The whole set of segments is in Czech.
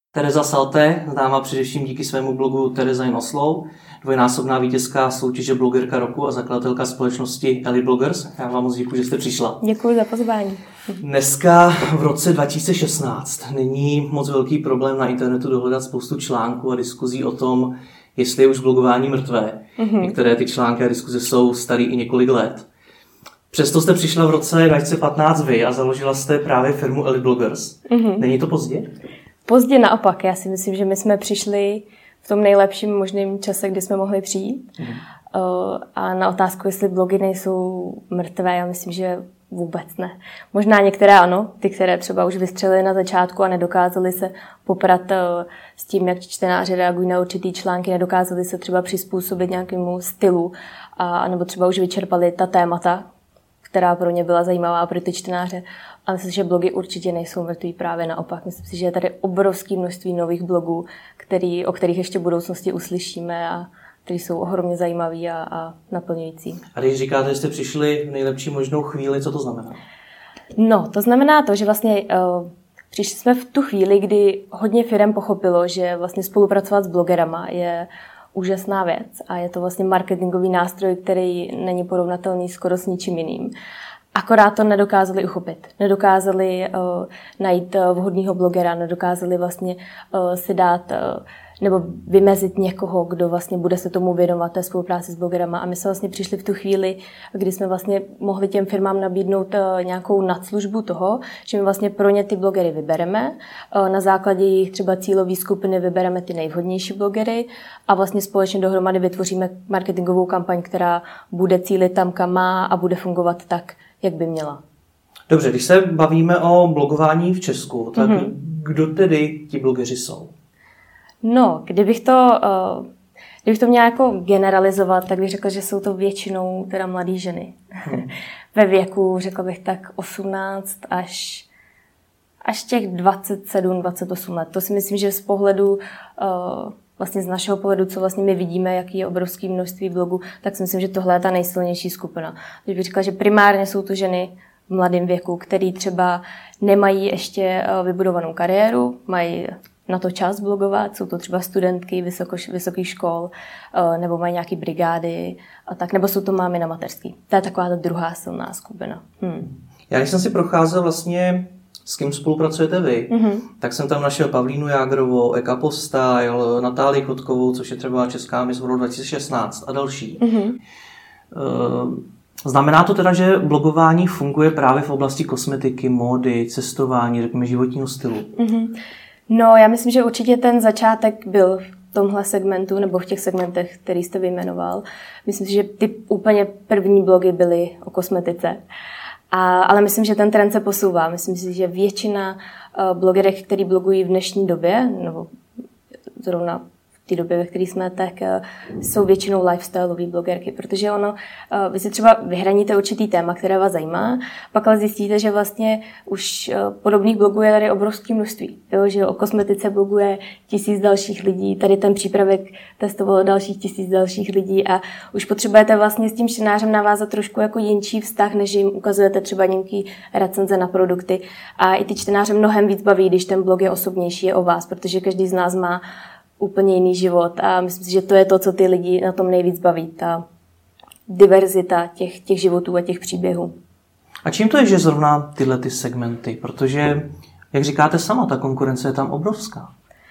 Tereza Salte, známá především díky svému blogu Tereza in Oslo, dvojnásobná vítězka soutěže blogerka roku a zakladatelka společnosti Elite Bloggers. Já vám moc děkuji, že jste přišla. Děkuji za pozvání. Dneska v roce 2016 není moc velký problém na internetu dohledat spoustu článků a diskuzí o tom, jestli je už blogování mrtvé. Některé ty články a diskuze jsou starý i několik let. Přesto jste přišla v roce 2015 vy a založila jste právě firmu Elite Bloggers. Není to pozdě? Pozdě naopak. Já si myslím, že my jsme přišli v tom nejlepším možným čase, kdy jsme mohli přijít. A na otázku, jestli blogy nejsou mrtvé, já myslím, že vůbec ne. Možná některé ano, ty, které třeba už vystřelily na začátku a nedokázali se poprat s tím, jak čtenáři reagují na určitý články, nedokázali se třeba přizpůsobit nějakému stylu, nebo třeba už vyčerpali ta témata, která pro ně byla zajímavá pro ty čtenáře. A myslím si, že blogy určitě nejsou mrtví, právě naopak. Myslím si, že je tady obrovské množství nových blogů, o kterých ještě v budoucnosti uslyšíme a které jsou ohromně zajímaví a naplňující. A když říkáte, že jste přišli v nejlepší možnou chvíli, co to znamená? No, to znamená to, že vlastně přišli jsme v tu chvíli, kdy hodně firem pochopilo, že vlastně spolupracovat s blogerama je úžasná věc a je to vlastně marketingový nástroj, který není porovnatelný skoro s ničím jiným. Akorát to nedokázali uchopit. Nedokázali najít vhodného blogera, nedokázali vlastně si dát nebo vymezit někoho, kdo vlastně bude se tomu věnovat té spolupráci s blogerama. A my jsme vlastně přišli v tu chvíli, kdy jsme vlastně mohli těm firmám nabídnout nějakou nadslužbu toho, že my vlastně pro ně ty blogery vybereme. Na základě jejich třeba cílové skupiny vybereme ty nejvhodnější blogery a vlastně společně dohromady vytvoříme marketingovou kampaň, která bude cílit tam, kam má a bude fungovat tak, jak by měla. Dobře, když se bavíme o blogování v Česku, tak kdo tedy ti blogeři jsou? No, kdybych to měla jako generalizovat, tak bych řekla, že jsou to většinou teda mladé ženy. Ve věku, řekla bych tak 18 až těch 27, 28 let. To si myslím, že z pohledu, vlastně z našeho pohledu, co vlastně my vidíme, jaký je obrovské množství blogů, tak si myslím, že tohle je ta nejsilnější skupina. Takže bych řekla, že primárně jsou to ženy v mladém věku, který třeba nemají ještě vybudovanou kariéru, mají na to čas blogovat, jsou to třeba studentky vysokých škol, nebo mají nějaké brigády a tak, nebo jsou to mámy na mateřský. To je taková ta druhá silná skupina. Já když jsem si procházel vlastně, s kým spolupracujete vy, tak jsem tam našel Pavlínu Jágrovou, Eka Postyle, Natálii Kotkovou, což je třeba česká Miss World 2016 a další. Znamená to teda, že blogování funguje právě v oblasti kosmetiky, módy, cestování, řekněme životního stylu? No, já myslím, že určitě ten začátek byl v tomhle segmentu, nebo v těch segmentech, který jste vyjmenoval. Myslím si, že ty úplně první blogy byly o kosmetice. Ale myslím, že ten trend se posouvá. Myslím si, že většina blogerek, který blogují v dnešní době, nebo zrovna v té době, ve které jsme, tak jsou většinou lifestyleové blogerky, protože vy si třeba vyhraníte určitý téma, které vás zajímá, pak ale zjistíte, že vlastně už podobných blogů je tady obrovské množství. Jo? Že o kosmetice bloguje 1000 dalších lidí, tady ten přípravek testovalo dalších 1000 dalších lidí a už potřebujete vlastně s tím čtenářem navázat trošku jako jinčí vztah, než jim ukazujete třeba nějaký recenze na produkty. A i ty čtenáře mnohem víc baví, když ten blog je osobnější, je o vás, protože každý z nás má úplně jiný život a myslím si, že to je to, co ty lidi na tom nejvíc baví, ta diverzita těch životů a těch příběhů. A čím to je, že zrovna tyhle ty segmenty? Protože, jak říkáte sama, ta konkurence je tam obrovská.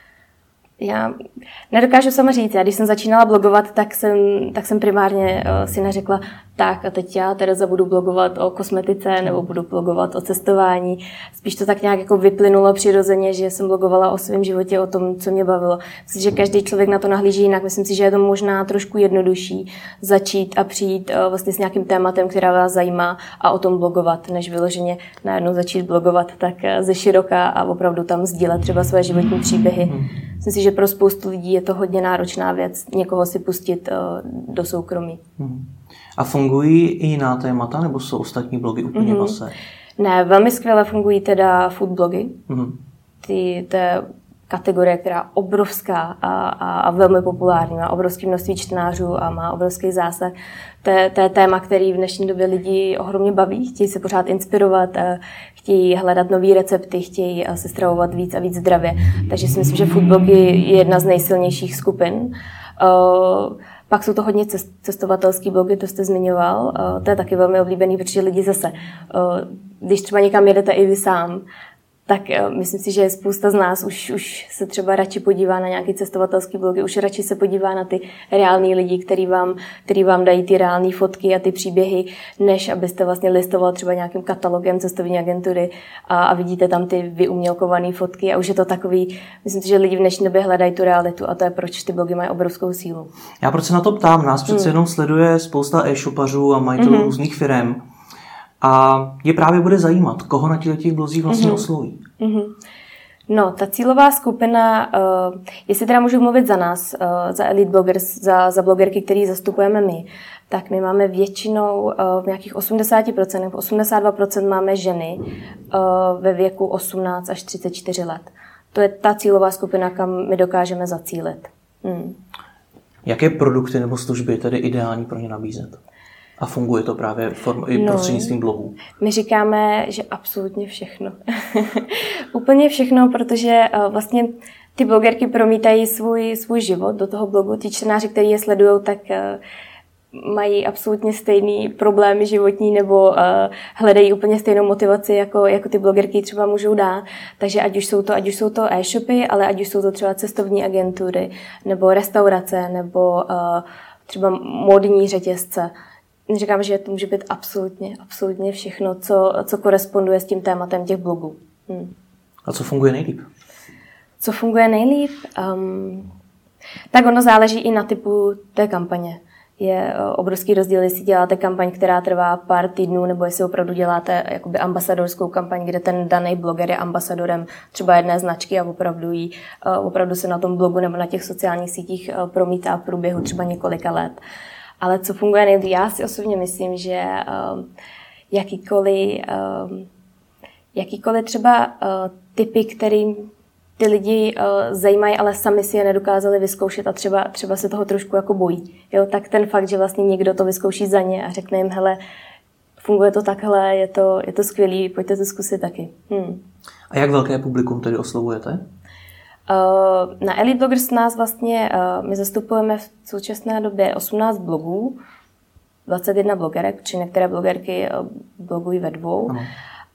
Já nedokážu sama říct. Já když jsem začínala blogovat, tak jsem primárně si neřekla, tak a teď já, Tereza, budu blogovat o kosmetice nebo budu blogovat o cestování. Spíš to tak nějak jako vyplynulo přirozeně, že jsem blogovala o svém životě, o tom, co mě bavilo. Myslím, že každý člověk na to nahlíží jinak. Myslím si, že je to možná trošku jednodušší začít a přijít vlastně s nějakým tématem, která vás zajímá a o tom blogovat, než vyloženě najednou začít blogovat tak ze široka a opravdu tam sdílet třeba své životní příběhy. Myslím si, že pro spoustu lidí je to hodně náročná věc, někoho si pustit do soukromí. A fungují i jiná témata, nebo jsou ostatní blogy úplně pasé? Ne, velmi skvěle fungují teda food blogy. To je kategorie, která je obrovská a velmi populární. Má obrovské množství čtenářů a má obrovský zásah. To je téma, který v dnešní době lidi ohromně baví. Chtějí se pořád inspirovat, chtějí hledat nové recepty, chtějí se stravovat víc a víc zdravě. Takže si myslím, že foodblog je jedna z nejsilnějších skupin. Pak jsou to hodně cestovatelský blogy, to jste zmiňoval. To je taky velmi oblíbený, protože lidi zase, když třeba někam jedete i vy sám, tak myslím si, že spousta z nás už se třeba radši podívá na nějaké cestovatelské blogy, už radši se podívá na ty reální lidi, který vám dají ty reální fotky a ty příběhy, než abyste vlastně listoval třeba nějakým katalogem cestovní agentury a vidíte tam ty vyumělkované fotky a už je to takový, myslím si, že lidi v dnešní době hledají tu realitu a to je proč ty blogy mají obrovskou sílu. Já proč se na to ptám, nás přece jenom sleduje spousta e-shopařů a majitelů různých firem. A je právě bude zajímat, koho na těch blozích vlastně osloví. No, ta cílová skupina, jestli teda můžu mluvit za nás, za Elite Bloggers, za blogerky, který zastupujeme my, tak my máme většinou v nějakých 80%, 82% máme ženy ve věku 18 až 34 let. To je ta cílová skupina, kam my dokážeme zacílit. Jaké produkty nebo služby je tedy ideální pro ně nabízet? A funguje to právě prostřednictvím blogů? My říkáme, že absolutně všechno. Úplně všechno, protože vlastně ty blogerky promítají svůj život do toho blogu. Ti čtenáři, kteří je sledují, tak mají absolutně stejný problémy životní nebo hledají úplně stejnou motivaci, jako ty blogerky třeba můžou dát. Takže ať už jsou to e-shopy, ale ať už jsou to třeba cestovní agentury, nebo restaurace, nebo třeba módní řetězce. Říkám, že to může být absolutně všechno, co koresponduje s tím tématem těch blogů. A co funguje nejlíp? Co funguje nejlíp? Tak ono záleží i na typu té kampaně. Je obrovský rozdíl, jestli děláte kampaň, která trvá pár týdnů, nebo jestli opravdu děláte jakoby ambasadorskou kampaň, kde ten daný bloger je ambasadorem třeba jedné značky a opravdu se na tom blogu nebo na těch sociálních sítích promítá v průběhu třeba několika let. Ale co funguje nejlíp? Já si osobně myslím, že jakýkoliv třeba typy, kterým ty lidi zajímají, ale sami si je nedokázali vyzkoušet a třeba se toho trošku jako bojí. Jo? Tak ten fakt, že vlastně někdo to vyzkouší za ně a řekne jim, hele, funguje to takhle, je to skvělý, pojďte to zkusit taky. A jak velké publikum tedy oslovujete? Na Elite Bloggers nás vlastně, my zastupujeme v současné době 18 blogů, 21 blogerek, či některé blogerky blogují ve dvou. Ano.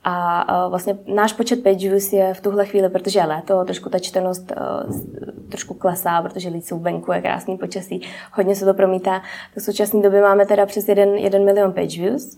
A vlastně náš počet page views je v tuhle chvíli, protože je léto, trošku ta čtenost trošku klesá, protože lidi jsou venku, je krásný počasí, hodně se to promítá. V současné době máme teda přes 1 milion page views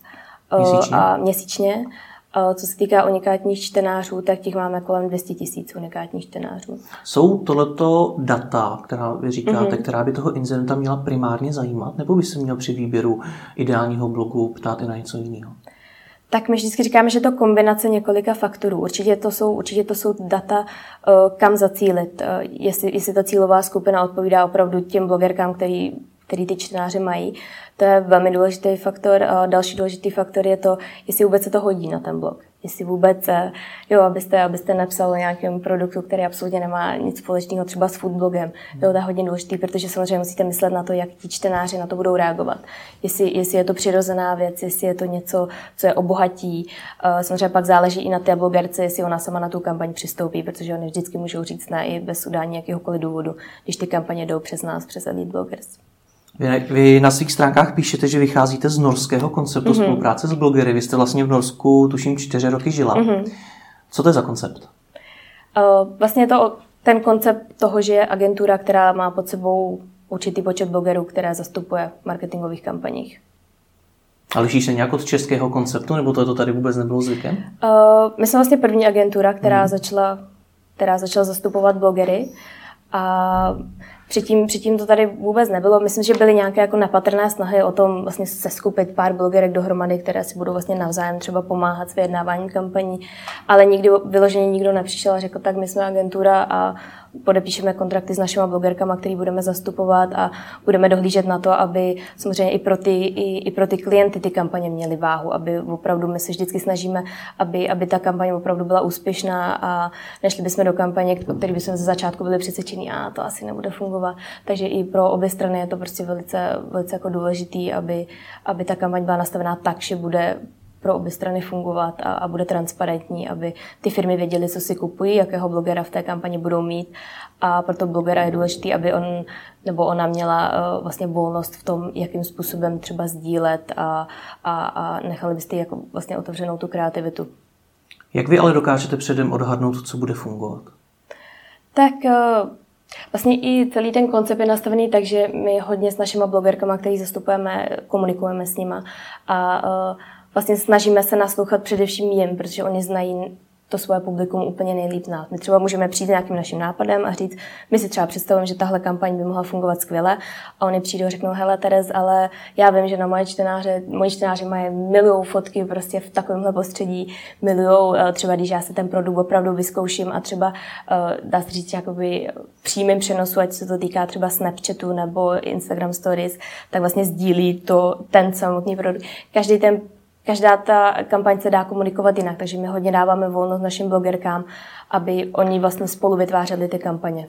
měsíčně. Co se týká unikátních čtenářů, tak těch máme kolem 200 000 unikátních čtenářů. Jsou tohleto data, která vy říkáte, která by toho inzerenta měla primárně zajímat, nebo by se měl při výběru ideálního blogu ptát i na něco jiného? Tak my vždycky říkáme, že to kombinace několika faktorů. Určitě to jsou data, kam zacílit. Jestli ta cílová skupina odpovídá opravdu těm blogerkám, který ty čtenáři mají. To je velmi důležitý faktor. Další důležitý faktor je to, jestli vůbec se to hodí na ten blog. Jestli vůbec, abyste nepsal o nějakém produktu, který absolutně nemá nic společného třeba s foodblogem. Jo, to je hodně důležitý, protože samozřejmě musíte myslet na to, jak ti čtenáři na to budou reagovat. Jestli je to přirozená věc, jestli je to něco, co je obohatí. Samozřejmě pak záleží i na té blogerce, jestli ona sama na tu kampaň přistoupí, protože oni vždycky můžou říct ne i bez udání jakéhokoliv důvodu, když ty kampaně jdou přes nás, přes Elite Bloggers. Vy na svých stránkách píšete, že vycházíte z norského konceptu spolupráce s blogery. Vy jste vlastně v Norsku, tuším, 4 roky žila. Co to je za koncept? Vlastně je to ten koncept toho, že je agentura, která má pod sebou určitý počet blogerů, které zastupuje v marketingových kampaních. A liší se nějak od českého konceptu, nebo to tady vůbec nebylo zvykem? My jsme vlastně první agentura, která začala zastupovat blogery. A předtím to tady vůbec nebylo. Myslím, že byly nějaké jako nepatrné snahy o tom vlastně seskupit pár blogerek dohromady, které si budou vlastně navzájem třeba pomáhat s vyjednáváním kampaní, ale vyloženě nikdo nepřišel a řekl, tak my jsme agentura a podepíšeme kontrakty s našimi blogerkama, který budeme zastupovat a budeme dohlížet na to, aby samozřejmě i pro ty klienty ty kampaně měly váhu, aby opravdu my se vždycky snažíme, aby ta kampaň opravdu byla úspěšná a nešli bychom do kampaně, který bychom ze začátku byli přesvědčení, a to asi nebude fungovat. Takže i pro obě strany je to prostě velice, velice jako důležitý, aby ta kampaň byla nastavená tak, že bude pro obě strany fungovat a bude transparentní, aby ty firmy věděly, co si kupují, jakého blogera v té kampani budou mít. A pro blogera je důležité, aby on nebo ona měla vlastně volnost v tom, jakým způsobem třeba sdílet a nechali byste jako vlastně otevřenou tu kreativitu. Jak vy ale dokážete předem odhadnout, co bude fungovat? Tak vlastně i celý ten koncept je nastavený tak, že my hodně s našimi blogerkama, který zastupujeme, komunikujeme s nima a vlastně snažíme se naslouchat především jim, protože oni znají to svoje publikum úplně nejlíp nás. My třeba můžeme přijít nějakým naším nápadem a říct, my si třeba představujeme, že tahle kampaň by mohla fungovat skvěle a oni přijdou a řeknou, hele Terez, ale já vím, že na moji čtenáři mají milion fotky prostě v takovémhle prostředí, milion, třeba když já se ten produkt opravdu vyzkouším a třeba dá se říct jakoby přímým přenosu, ať se to týká třeba Snapchatu nebo Instagram Stories, tak vlastně sdílí ten samotný produkt. Každá ta kampaň se dá komunikovat jinak, takže my hodně dáváme volnost našim blogerkám, aby oni vlastně spolu vytvářeli ty kampaně.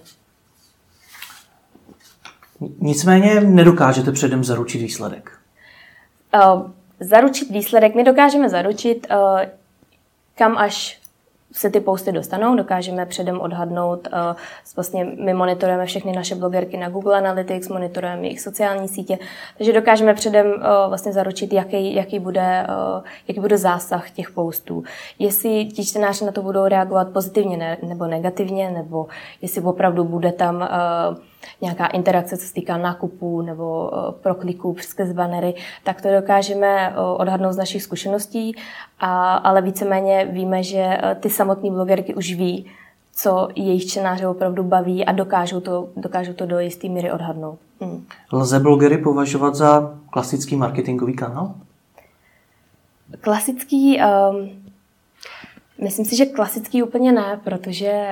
Nicméně nedokážete předem zaručit výsledek. Zaručit výsledek, my dokážeme zaručit, kam až se ty posty dostanou, dokážeme předem odhadnout, vlastně my monitorujeme všechny naše blogerky na Google Analytics, monitorujeme jejich sociální sítě, takže dokážeme předem vlastně zaručit, jaký bude zásah těch postů. Jestli ti čtenáři na to budou reagovat pozitivně nebo negativně, nebo jestli opravdu bude tam nějaká interakce, co se týká nákupů nebo prokliků skrz bannery, tak to dokážeme odhadnout z našich zkušeností, ale víceméně víme, že ty samotné blogerky už ví, co jejich čtenáře opravdu baví a dokážou to do jisté míry odhadnout. Lze blogery považovat za klasický marketingový kanál? Klasický, myslím si, že klasický úplně ne, protože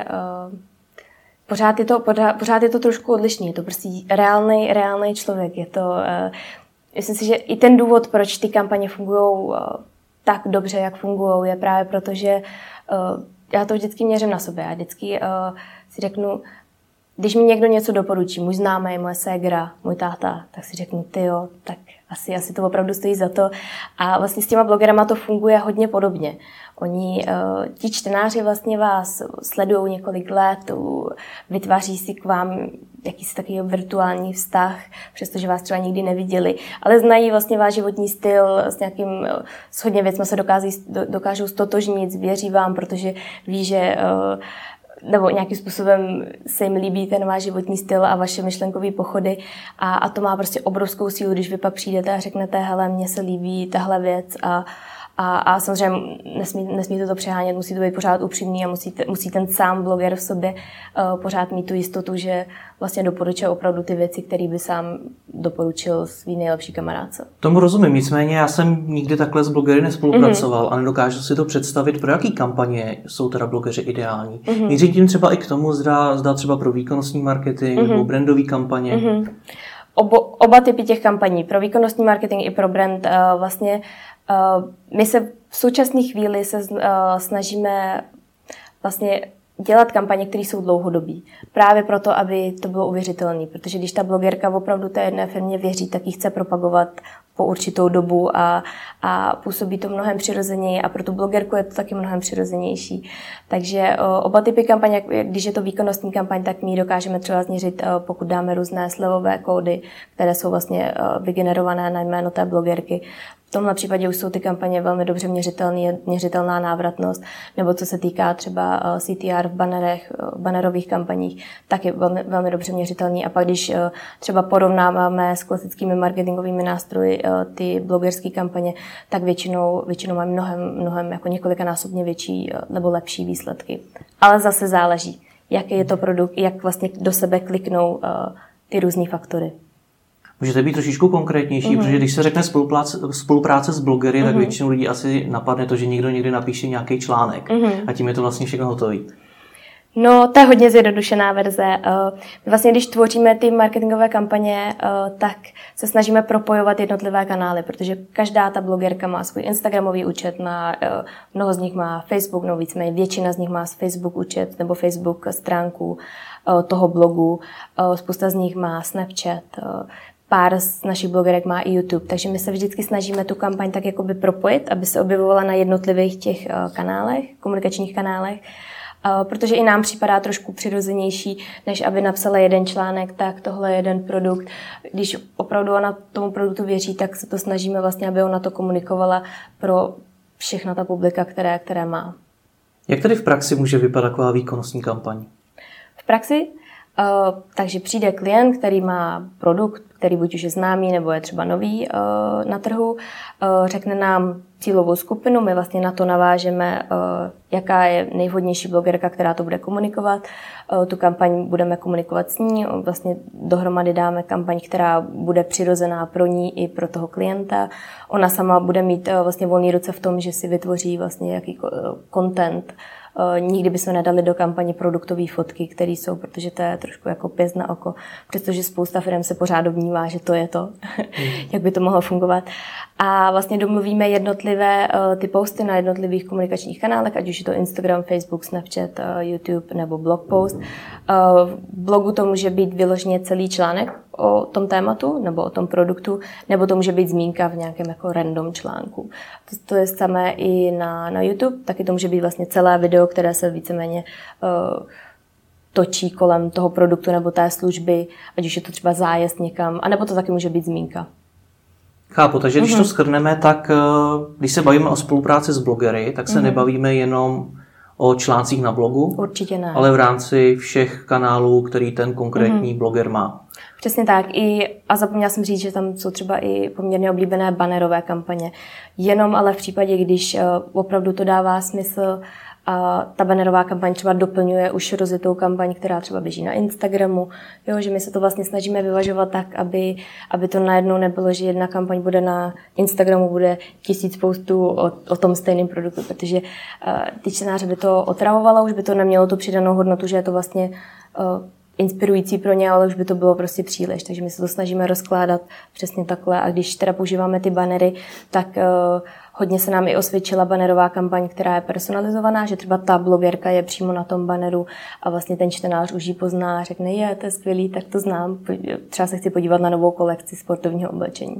pořád je to trošku odlišný. Je to prostě reálný člověk. Je to, myslím si, že i ten důvod, proč ty kampaně fungují tak dobře, jak fungují, je právě proto, že já to vždycky měřím na sobě. Já vždycky si řeknu, když mi někdo něco doporučí, můj známý, moje ségra, můj táta, tak si řeknu, tyjo, tak asi to opravdu stojí za to. A vlastně s těma blogerama to funguje hodně podobně. Ti čtenáři vlastně vás sledují několik let, vytváří si k vám jakýsi takový virtuální vztah, přestože vás třeba nikdy neviděli, ale znají vlastně váš životní styl, s hodně věcmi se dokážou stotožnit, věří vám, protože ví, že nebo nějakým způsobem se jim líbí ten váš životní styl a vaše myšlenkové pochody a to má prostě obrovskou sílu, když vy pak přijdete a řeknete, hele, mně se líbí tahle věc a samozřejmě nesmíte to přehánět, musí to být pořád upřímný a musí ten sám bloger v sobě pořád mít tu jistotu, že vlastně doporučuje opravdu ty věci, které by sám doporučil svý nejlepší kamarádce. Tomu rozumím, nicméně já jsem nikdy takhle s blogery nespolupracoval a nedokážu si to představit, pro jaký kampaně jsou teda blogeři ideální. Míří tím třeba i k tomu, zda třeba pro výkonnostní marketing nebo brandový kampaně. Oba typy těch kampaní, pro výkonnostní marketing i pro brand, vlastně my se v současné chvíli se snažíme vlastně dělat kampaně, které jsou dlouhodobý. Právě proto, aby to bylo uvěřitelné. Protože když ta blogerka opravdu té jedné firmě věří, tak ji chce propagovat po určitou dobu a působí to mnohem přirozeněji a pro tu blogerku je to taky mnohem přirozenější. Takže oba typy kampaně, když je to výkonnostní kampaň, tak my dokážeme třeba změřit, pokud dáme různé slevové kódy, které jsou vlastně vygenerované na jméno té blogerky. V tomhle případě už jsou ty kampaně velmi dobře měřitelná návratnost, nebo co se týká třeba CTR v bannerových kampaních, tak je velmi, velmi dobře měřitelný. A pak když třeba porovnáváme s klasickými marketingovými nástroji ty blogerské kampaně, tak většinou mají mnohem jako několikanásobně větší nebo lepší výsledky. Ale zase záleží, jaký je to produkt, jak vlastně do sebe kliknou ty různý faktory. Můžete být trošičku konkrétnější, protože když se řekne spolupráce s blogery, tak většinou lidí asi napadne to, že někdo někdy napíše nějaký článek a tím je to vlastně všechno hotový. No, to je hodně zjednodušená verze. Vlastně, když tvoříme ty marketingové kampaně, tak se snažíme propojovat jednotlivé kanály, protože každá ta blogerka má svůj Instagramový účet, mnoho z nich má Facebook, no víceméně většina z nich má Facebook účet nebo Facebook stránku toho blogu, spousta z nich má Snapchat, pár z našich blogerek má i YouTube, takže my se vždycky snažíme tu kampaň tak jakoby propojit, aby se objevovala na jednotlivých těch kanálech, komunikačních kanálech, protože i nám připadá trošku přirozenější, než aby napsala jeden článek, tak tohle je jeden produkt. Když opravdu ona tomu produktu věří, tak se to snažíme vlastně, aby ona to komunikovala pro všechna ta publika, které má. Jak tedy v praxi může vypadat taková výkonnostní kampaň? V praxi? Takže přijde klient, který má produkt, který buď už je známý, nebo je třeba nový na trhu, řekne nám cílovou skupinu, my vlastně na to navážeme, jaká je nejvhodnější blogerka, která to bude komunikovat. Tu kampaň budeme komunikovat s ní, vlastně dohromady dáme kampaň, která bude přirozená pro ní i pro toho klienta. Ona sama bude mít vlastně volné ruce v tom, že si vytvoří vlastně jaký content. Nikdy bychom nedali do kampaně produktové fotky, které jsou, protože to je trošku jako pěst na oko, přestože spousta firm se pořád domnívá, že to je to, jak by to mohlo fungovat. A vlastně domluvíme jednotlivé ty posty na jednotlivých komunikačních kanálech, ať už je to Instagram, Facebook, Snapchat, YouTube nebo blog post. V blogu to může být vyloženě celý článek o tom tématu nebo o tom produktu, nebo to může být zmínka v nějakém jako random článku. To je samé i na YouTube, taky to může být vlastně celé video, které se víceméně točí kolem toho produktu nebo té služby, ať už je to třeba zájezd někam, anebo to taky může být zmínka. Chápu, takže když to shrneme, tak když se bavíme o spolupráci s blogery, tak se nebavíme jenom o článcích na blogu, určitě ne, ale v rámci všech kanálů, který ten konkrétní bloger má. Přesně tak. A zapomněla jsem říct, že tam jsou třeba i poměrně oblíbené bannerové kampaně. Jenom ale v případě, když opravdu to dává smysl, a ta bannerová kampaň třeba doplňuje už rozjetou kampaň, která třeba běží na Instagramu. Jo, že my se to vlastně snažíme vyvažovat tak, aby to najednou nebylo, že jedna kampaň bude na Instagramu, bude 1000 postů o tom stejném produktu, protože ty čtenáře by to otravovalo, už by to nemělo tu přidanou hodnotu, že je to vlastně inspirující pro ně, ale už by to bylo prostě příliš. Takže my se to snažíme rozkládat přesně takhle. A když teda používáme ty bannery, tak hodně se nám i osvědčila bannerová kampaň, která je personalizovaná, že třeba ta blogerka je přímo na tom banneru a vlastně ten čtenář už ji pozná a řekne, to je skvělý, tak to znám. Třeba se chci podívat na novou kolekci sportovního oblečení.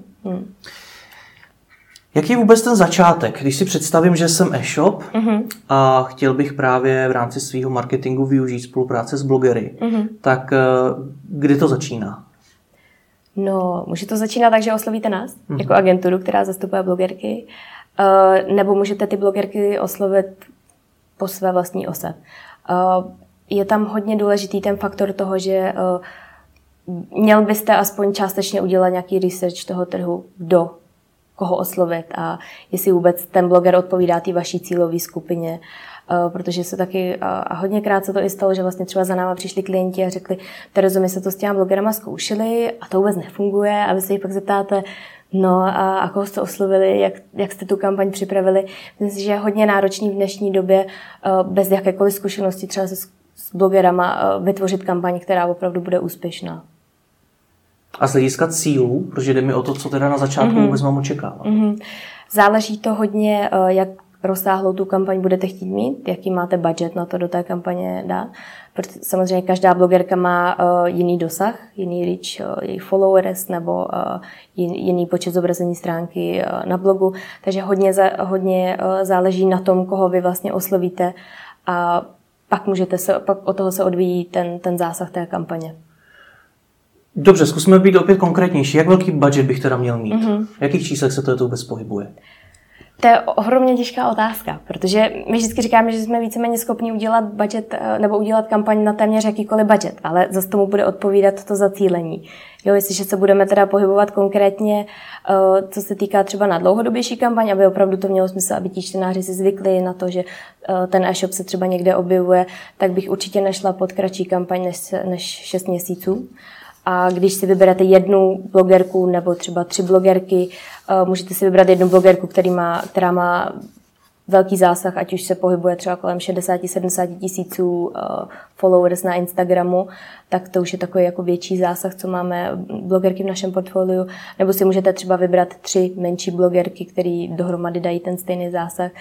Jaký je vůbec ten začátek? Když si představím, že jsem e-shop a chtěl bych právě v rámci svého marketingu využít spolupráce s blogery, tak kdy to začíná? No, může to začínat tak, že oslovíte nás jako agenturu, která zastupuje blogerky, nebo můžete ty blogerky oslovit po své vlastní ose. Je tam hodně důležitý ten faktor toho, že měl byste aspoň částečně udělat nějaký research toho trhu, koho oslovit a jestli vůbec ten bloger odpovídá té vaší cílové skupině. Protože se taky, a hodněkrát se to i stalo, že vlastně třeba za náma přišli klienti a řekli, Terezo, my se to s těma blogerama zkoušeli a to vůbec nefunguje a vy se jich pak zeptáte, no a koho jste oslovili, jak jste tu kampaň připravili. Myslím si, že je hodně náročný v dnešní době bez jakékoliv zkušenosti třeba s blogerama vytvořit kampaň, která opravdu bude úspěšná. A z hlediska cílů, protože jde mi o to, co teda na začátku vůbec mám očekávat. Záleží to hodně, jak rozsáhlou tu kampaň budete chtít mít, jaký máte budget na to do té kampaně dát. Protože samozřejmě každá blogerka má jiný dosah, jiný reach, její followers nebo jiný počet zobrazení stránky na blogu. Takže hodně záleží na tom, koho vy vlastně oslovíte a pak od toho se odvíjí ten zásah té kampaně. Dobře, zkusme být opět konkrétnější. Jak velký budget bych teda měl mít? V jakých číslech se to vůbec pohybuje? To je ohromně těžká otázka, protože my vždycky říkáme, že jsme víceméně schopni udělat budget nebo udělat kampaň na téměř jakýkoliv budget, ale zase tomu bude odpovídat to zacílení. Jo, jestliže se budeme teda pohybovat konkrétně, co se týká třeba na dlouhodobější kampaň, aby opravdu to mělo smysl, aby ti čtenáři si zvykli na to, že ten e-shop se třeba někde objevuje, tak bych určitě nešla pod kratší kampaň než 6 měsíců. A když si vyberete jednu blogerku nebo třeba 3 blogerky, můžete si vybrat jednu blogerku, která má velký zásah, ať už se pohybuje třeba kolem 60-70 tisíců followers na Instagramu, tak to už je takový jako větší zásah, co máme blogerky v našem portfoliu. Nebo si můžete třeba vybrat 3 menší blogerky, které dohromady dají ten stejný zásah.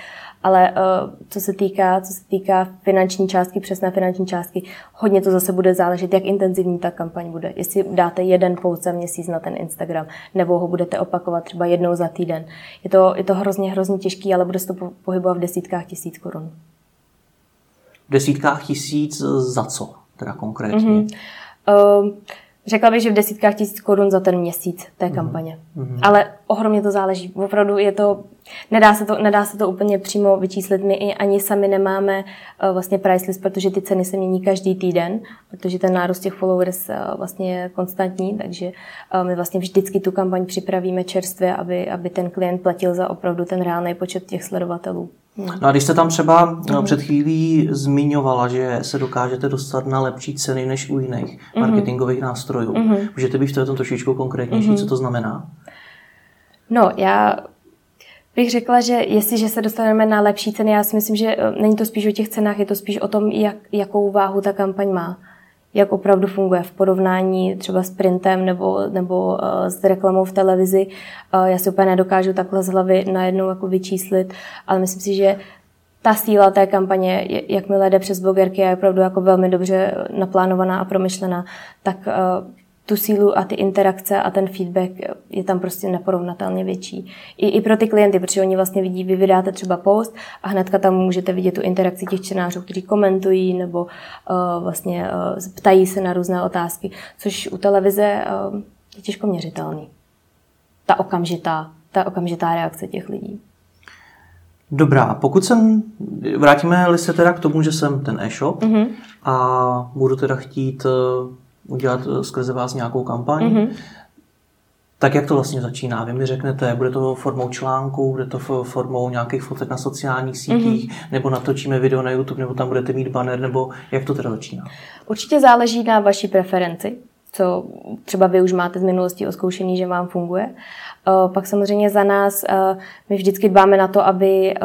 Ale co se týká finanční částky, přesné finanční částky, hodně to zase bude záležet, jak intenzivní ta kampaň bude. Jestli dáte jeden post za měsíc na ten Instagram, nebo ho budete opakovat třeba jednou za týden. Je to hrozně těžký, ale bude se to pohybovat v desítkách tisíc korun. V desítkách tisíc za co teda konkrétně? Řekla bych, že v desítkách tisíc korun za ten měsíc té kampaně. Ale ohromně to záleží. Opravdu nedá se to úplně přímo vyčíslit. My ani sami nemáme vlastně price list, protože ty ceny se mění každý týden, protože ten nárůst těch followers vlastně je konstantní, takže my vlastně vždycky tu kampaň připravíme čerstvě, aby ten klient platil za opravdu ten reálný počet těch sledovatelů. No a když jste tam třeba před chvílí zmiňovala, že se dokážete dostat na lepší ceny než u jiných marketingových nástrojů, můžete být v tom trošičku konkrétnější, co to znamená? No, já bych řekla, že jestliže se dostaneme na lepší ceny, já si myslím, že není to spíš o těch cenách, je to spíš o tom, jakou váhu ta kampaň má. Jak opravdu funguje v porovnání třeba s printem nebo s reklamou v televizi. Já si úplně nedokážu takhle z hlavy najednou jako vyčíslit, ale myslím si, že ta síla té kampaně, jakmile jde přes blogerky, je opravdu jako velmi dobře naplánovaná a promyšlená, tak tu sílu a ty interakce a ten feedback je tam prostě neporovnatelně větší. I pro ty klienty, protože oni vlastně vidí, vy vydáte třeba post a hnedka tam můžete vidět tu interakci těch čtenářů, kteří komentují nebo vlastně ptají se na různé otázky, což u televize je těžko měřitelný. Ta okamžitá reakce těch lidí. Dobrá, vrátíme-li se teda k tomu, že jsem ten e-shop a budu teda chtít udělat skrze vás nějakou kampaň, tak jak to vlastně začíná? Vy mi řeknete, bude to formou článku, bude to formou nějakých fotek na sociálních sítích, nebo natočíme video na YouTube, nebo tam budete mít banner, nebo jak to teda začíná? Určitě záleží na vaší preferenci, co třeba vy už máte z minulosti oskoušený, že vám funguje. Pak samozřejmě za nás, my vždycky dbáme na to,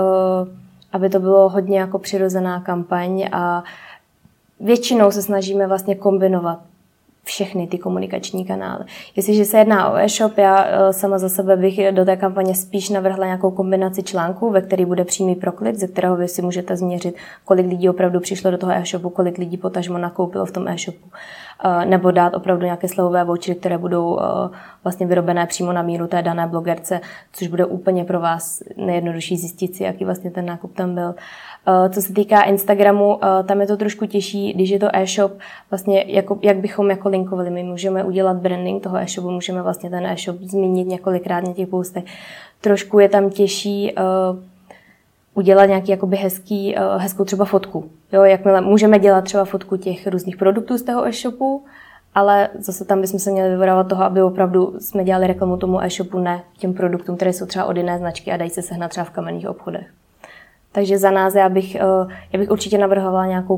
aby to bylo hodně jako přirozená kampaň a většinou se snažíme vlastně kombinovat všechny ty komunikační kanály. Jestliže se jedná o e-shop, já sama za sebe bych do té kampaně spíš navrhla nějakou kombinaci článků, ve který bude přímý proklik, ze kterého vy si můžete změřit, kolik lidí opravdu přišlo do toho e-shopu, kolik lidí potažmo nakoupilo v tom e-shopu. Nebo dát opravdu nějaké slevové vouchery, které budou vlastně vyrobené přímo na míru té dané blogerce, což bude úplně pro vás nejjednodušší zjistit si, jaký vlastně ten nákup tam byl. Co se týká Instagramu, tam je to trošku těžší, když je to e-shop, vlastně jak bychom jako linkovali. My můžeme udělat branding toho e-shopu, můžeme vlastně ten e-shop zmínit několikrát na těch postech. Trošku je tam těžší udělat nějaký jakoby hezkou třeba fotku. Jo, jakmile můžeme dělat třeba fotku těch různých produktů z toho e-shopu, ale zase tam bychom se měli vyvarovat toho, aby opravdu jsme dělali reklamu tomu e-shopu, ne těm produktům, které jsou třeba od jiné značky a dají se sehnat třeba v kamenných obchodech. Takže za nás já bych určitě navrhovala nějakou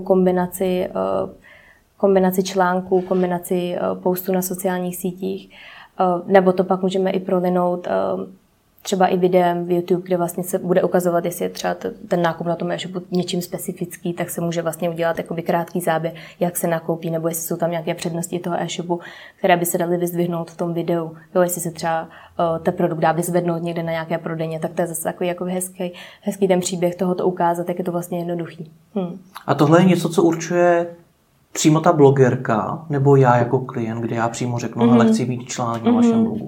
kombinaci článků, kombinaci postů na sociálních sítích, nebo to pak můžeme i prolinout třeba i videem v YouTube, kde vlastně se bude ukazovat, jestli je třeba ten nákup na tom e-shopu něčím specifický, tak se může vlastně udělat jakoby krátký záběr, jak se nakoupí, nebo jestli jsou tam nějaké přednosti toho e-shopu, které by se daly vyzdvihnout v tom videu. Jo, jestli se třeba ten produkt dá vyzvednout někde na nějaké prodejně, tak to je zase takový jakoby hezký ten příběh tohoto ukázat, jak je to vlastně jednoduchý. A tohle je něco, co určuje přímo ta blogerka, nebo já jako klient, kde já přímo řeknu, ale chci mít článek na vašem blogu?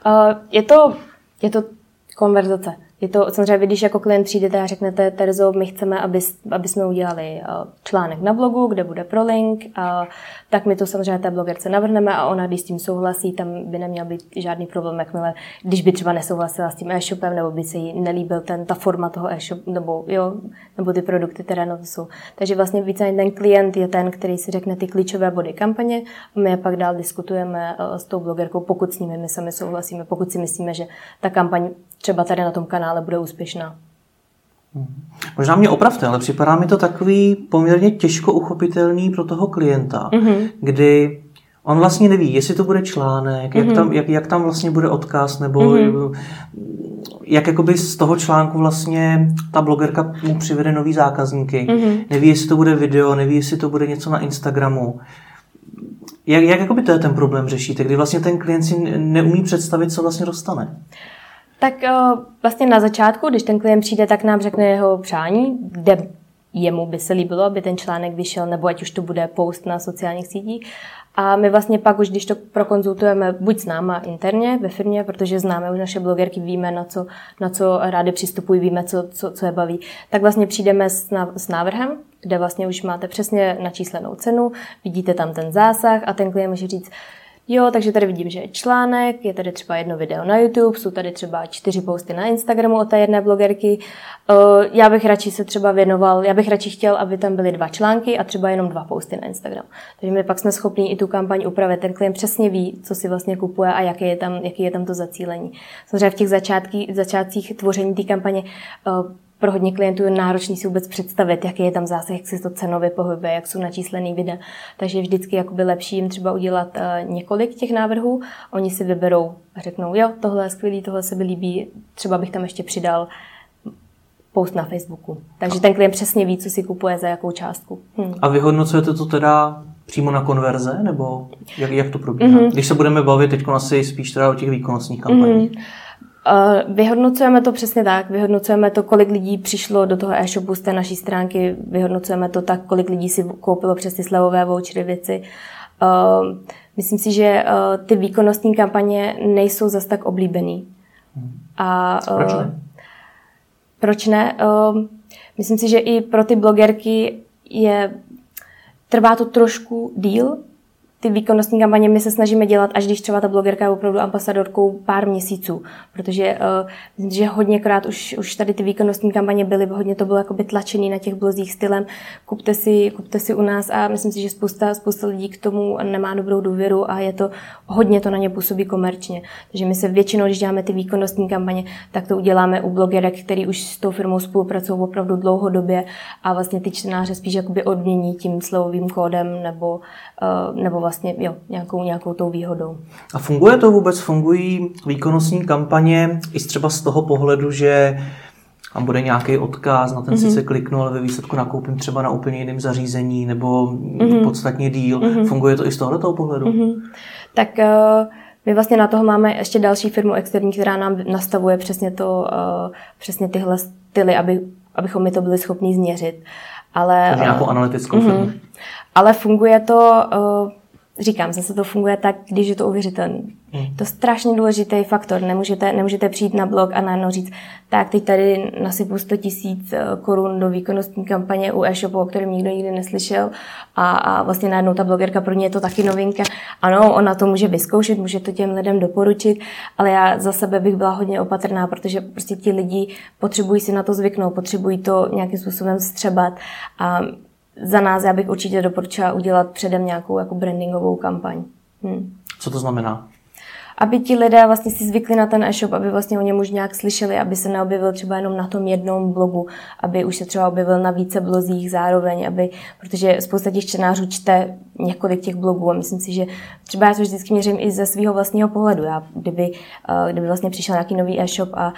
Je to konverzace. Je to samozřejmě, když jako klient přijdete a řeknete, Terzo, my chceme, aby jsme udělali článek na blogu, kde bude prolink, tak my to samozřejmě té blogerce navrhneme a ona, když s tím souhlasí, tam by neměl být žádný problém, jakmile, když by třeba nesouhlasila s tím e-shopem, nebo by se jí nelíbil ta forma toho e-shopu, nebo ty produkty, které na to jsou. Takže vlastně více ten klient je ten, který si řekne ty klíčové body kampaně a my je pak dál diskutujeme s tou blogerkou, pokud s nimi my sami souhlasíme, pokud si myslíme, že ta kampaň třeba tady na tom kanále bude úspěšná. Možná mě opravte, ale připadá mi to takový poměrně těžko uchopitelný pro toho klienta, kdy on vlastně neví, jestli to bude článek, jak tam vlastně bude odkaz, nebo jak jakoby z toho článku vlastně ta blogerka mu přivede nový zákazníky. Neví, jestli to bude video, neví, jestli to bude něco na Instagramu. Jak jakoby to je ten problém řešíte, kdy vlastně ten klient si neumí představit, co vlastně dostane? Tak vlastně na začátku, když ten klient přijde, tak nám řekne jeho přání, kde jemu by se líbilo, aby ten článek vyšel, nebo ať už to bude post na sociálních sítích. A my vlastně pak už, když to prokonzultujeme buď s náma interně ve firmě, protože známe už naše blogerky, víme, na co rády přistupují, víme, co je baví, tak vlastně přijdeme s návrhem, kde vlastně už máte přesně načíslenou cenu, vidíte tam ten zásah a ten klient může říct, jo, takže tady vidím, že je článek, je tady třeba 1 video na YouTube, jsou tady třeba 4 posty na Instagramu od té jedné blogerky. Já bych radši se třeba věnoval, já bych radši chtěl, aby tam byly 2 články a třeba jenom 2 posty na Instagram. Takže my pak jsme schopni i tu kampaň upravit. Ten klient přesně ví, co si vlastně kupuje a jaký je tam to zacílení. Samozřejmě v těch začátcích tvoření té kampaně pro hodně klientů je náročný si vůbec představit, jaký je tam zásah, jak se to cenově pohybuje, jak jsou načíslený videa. Takže je vždycky jakoby lepší jim třeba udělat několik těch návrhů. Oni si vyberou a řeknou, jo, tohle je skvělý, tohle se mi líbí, třeba bych tam ještě přidal post na Facebooku. Takže ten klient přesně ví, co si kupuje, za jakou částku. A vyhodnocujete to teda přímo na konverze, nebo jak to probíhá? Když se budeme bavit teď asi spíš teda o těch výkonnostních kampaních. Vyhodnocujeme to přesně tak. Vyhodnocujeme to, kolik lidí přišlo do toho e-shopu z té naší stránky. Vyhodnocujeme to tak, kolik lidí si koupilo přes ty slevové vouchery věci. Myslím si, že ty výkonnostní kampaně nejsou zas tak oblíbený. Proč ne? Proč ne? Myslím si, že i pro ty blogerky trvá to trošku díl. Ty výkonnostní kampaně my se snažíme dělat, až když třeba ta blogerka je opravdu ambasadorkou pár měsíců, protože myslím, že hodněkrát už tady ty výkonnostní kampaně byly, hodně to bylo jakoby tlačený na těch blozích stylem, kupte si u nás a myslím si, že spousta lidí k tomu nemá dobrou důvěru a hodně to na ně působí komerčně. Takže my se většinou, když děláme ty výkonnostní kampaně, tak to uděláme u blogerek, který už s tou firmou spolupracují opravdu dlouhodobě a vlastně ty čtenáře spíš jakoby odmění tím slevovým kódem nebo vlastně nějakou tou výhodou. A funguje to vůbec? Fungují výkonnostní kampaně i třeba z toho pohledu, že tam bude nějaký odkaz, na ten sice kliknu, ale ve výsledku nakoupím třeba na úplně jiném zařízení nebo podstatně díl. Funguje to i z tohoto pohledu? Tak my vlastně na toho máme ještě další firmu externí, která nám nastavuje přesně tyhle styly, abychom my to byli schopni změřit. Takže nějakou analytickou firmu. Ale funguje to, říkám, zase to funguje tak, když je to uvěřitelný. To je strašně důležitý faktor. Nemůžete přijít na blog a najednou říct, tak teď tady nasypu 100 000 korun do výkonnostní kampaně u e-shopu, o kterém nikdo nikdy neslyšel a vlastně najednou ta blogerka, pro ně je to taky novinka. Ano, ona to může vyzkoušet, může to těm lidem doporučit, ale já za sebe bych byla hodně opatrná, protože prostě ti lidi potřebují si na to zvyknout, potřebují to nějakým způsobem střebat a za nás já bych určitě doporučila udělat předem nějakou jako brandingovou kampaň. Co to znamená? Aby ti lidé vlastně si zvykli na ten e-shop, aby vlastně o něm už nějak slyšeli, aby se neobjevil třeba jenom na tom jednom blogu, aby už se třeba objevil na více blozích zároveň, protože spousta těch čtenářů čte několik těch blogů a myslím si, že třeba já se vždycky měřím i ze svého vlastního pohledu. Kdyby vlastně přišel nějaký nový e-shop a